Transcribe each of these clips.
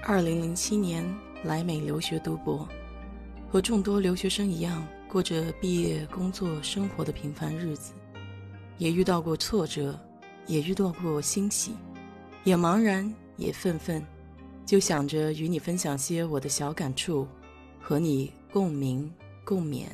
2007年来美留学读博，和众多留学生一样，过着毕业、工作、生活的平凡日子，也遇到过挫折，也遇到过欣喜，也茫然，也愤愤，就想着与你分享些我的小感触，和你共鸣共勉。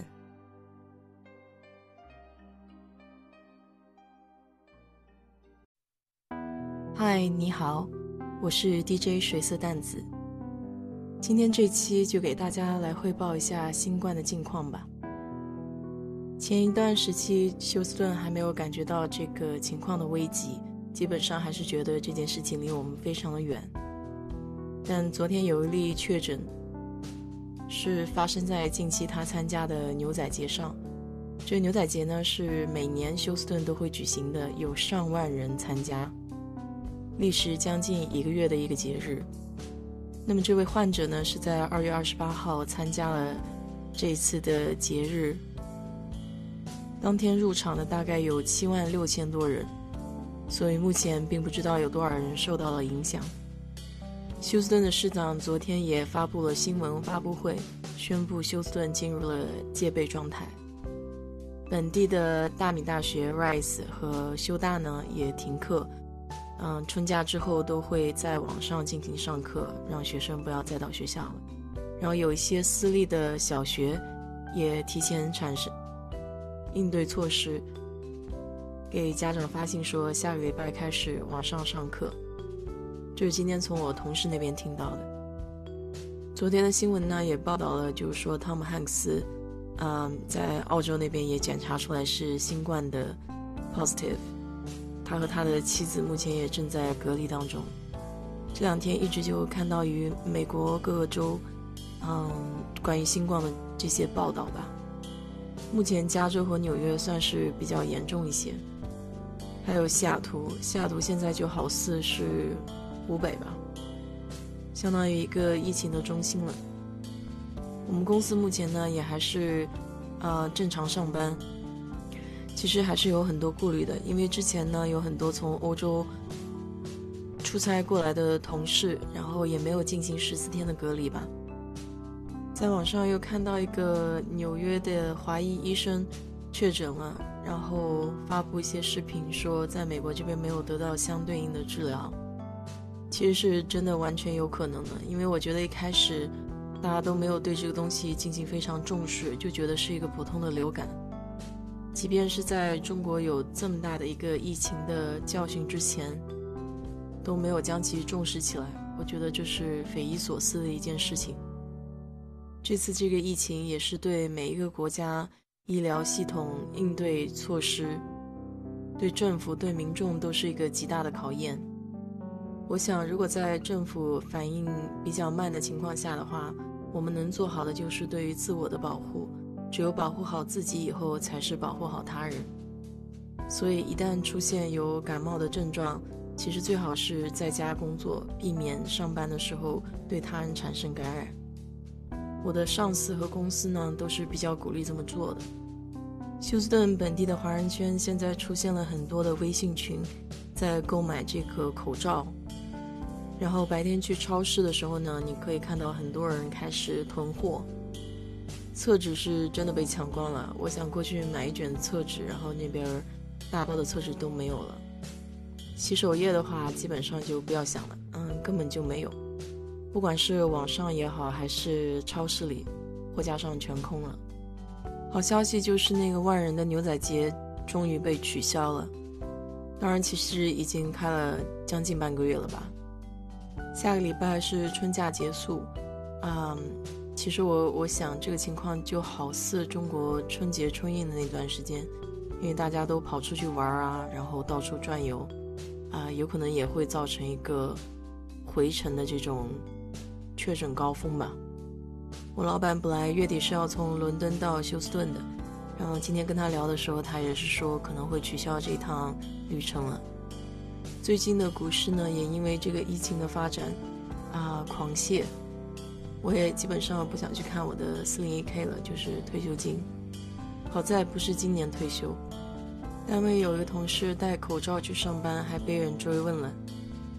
嗨，你好，我是 DJ 水色淡子。今天这期就给大家来汇报一下新冠的近况吧。前一段时期休斯顿还没有感觉到这个情况的危机，基本上还是觉得这件事情离我们非常的远。但昨天有一例确诊，是发生在近期他参加的牛仔节上。这个牛仔节呢，是每年休斯顿都会举行的，有上万人参加，历时将近1个月的一个节日。那么这位患者呢，是在2月28号参加了这一次的节日，当天入场的大概有76000多人，所以目前并不知道有多少人受到了影响。休斯顿的市长昨天也发布了新闻发布会，宣布休斯顿进入了戒备状态。本地的大米大学 Rice 和休大呢也停课，春假之后都会在网上进行上课，让学生不要再到学校了。然后有一些私立的小学也提前产生应对措施，给家长发信说下个礼拜开始网上上课。这是今天从我同事那边听到的。昨天的新闻呢也报道了，就是说汤姆汉克斯在澳洲那边也检查出来是新冠的 positive，他和他的妻子目前也正在隔离当中。这2天一直就看到于美国各个州关于新冠的这些报道吧。目前加州和纽约算是比较严重一些，还有西雅图现在就好似是湖北吧，相当于一个疫情的中心了。我们公司目前呢也还是正常上班，其实还是有很多顾虑的，因为之前呢有很多从欧洲出差过来的同事，然后也没有进行14天的隔离吧。在网上又看到一个纽约的华裔医生确诊了，然后发布一些视频说在美国这边没有得到相对应的治疗。其实是真的完全有可能的，因为我觉得一开始大家都没有对这个东西进行非常重视，就觉得是一个普通的流感。即便是在中国有这么大的一个疫情的教训之前，都没有将其重视起来，我觉得这是匪夷所思的一件事情。这次这个疫情也是对每一个国家医疗系统应对措施，对政府对民众都是一个极大的考验。我想如果在政府反应比较慢的情况下的话，我们能做好的就是对于自我的保护，只有保护好自己以后才是保护好他人。所以一旦出现有感冒的症状，其实最好是在家工作，避免上班的时候对他人产生感染。我的上司和公司呢都是比较鼓励这么做的。休斯顿本地的华人圈现在出现了很多的微信群，在购买这个口罩，然后白天去超市的时候呢，你可以看到很多人开始囤货。厕纸是真的被抢光了，我想过去买一卷厕纸，然后那边大包的厕纸都没有了。洗手液的话基本上就不要想了，根本就没有，不管是网上也好还是超市里，货架上全空了。好消息就是那个万人的牛仔节终于被取消了，当然其实已经开了将近半个月了吧。下个礼拜是春假结束，其实我想这个情况就好似中国春节春运的那段时间，因为大家都跑出去玩啊，然后到处转悠有可能也会造成一个回程的这种确诊高峰吧。我老板本来月底是要从伦敦到休斯顿的，然后今天跟他聊的时候，他也是说可能会取消这趟旅程了。最近的股市呢也因为这个疫情的发展狂泻，我也基本上不想去看我的 401k 了，就是退休金。好在不是今年退休。单位有一个同事戴口罩去上班，还被人追问了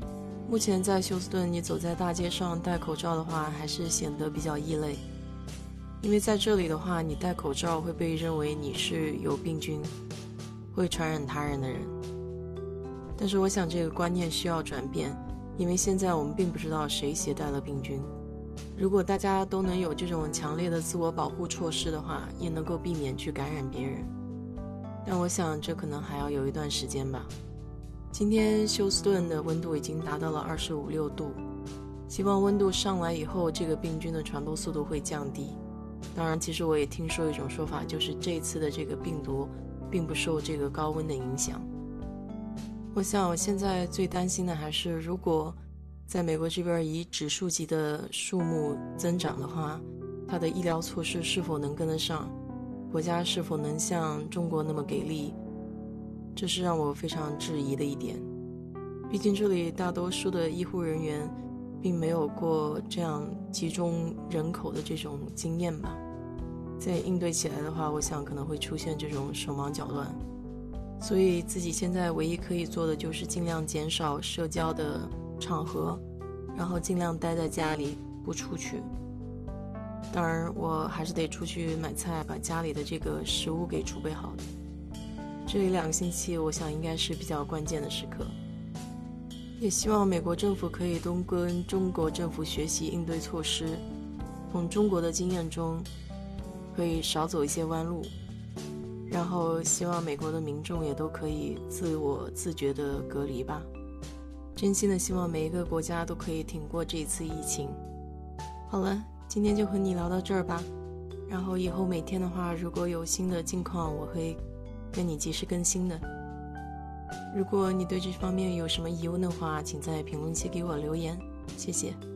目前在休斯顿，你走在大街上戴口罩的话，还是显得比较异类。因为在这里的话，你戴口罩会被认为你是有病菌，会传染他人的人。但是我想这个观念需要转变，因为现在我们并不知道谁携带了病菌。如果大家都能有这种强烈的自我保护措施的话，也能够避免去感染别人。但我想这可能还要有一段时间吧。今天休斯顿的温度已经达到了25、6度，希望温度上来以后，这个病菌的传播速度会降低。当然，其实我也听说一种说法，就是这次的这个病毒并不受这个高温的影响。我想我现在最担心的还是，如果在美国这边以指数级的数目增长的话，它的医疗措施是否能跟得上，国家是否能像中国那么给力，这是让我非常质疑的一点。毕竟这里大多数的医护人员并没有过这样集中人口的这种经验吧，在应对起来的话，我想可能会出现这种手忙脚乱。所以自己现在唯一可以做的就是尽量减少社交的场合，然后尽量待在家里不出去。当然我还是得出去买菜，把家里的这个食物给储备好的。这2个星期我想应该是比较关键的时刻，也希望美国政府可以多跟中国政府学习应对措施，从中国的经验中可以少走一些弯路，然后希望美国的民众也都可以自我自觉的隔离吧。真心的希望每一个国家都可以挺过这一次疫情。好了，今天就和你聊到这儿吧，然后以后每天的话，如果有新的近况，我会跟你及时更新的。如果你对这方面有什么疑问的话，请在评论区给我留言，谢谢。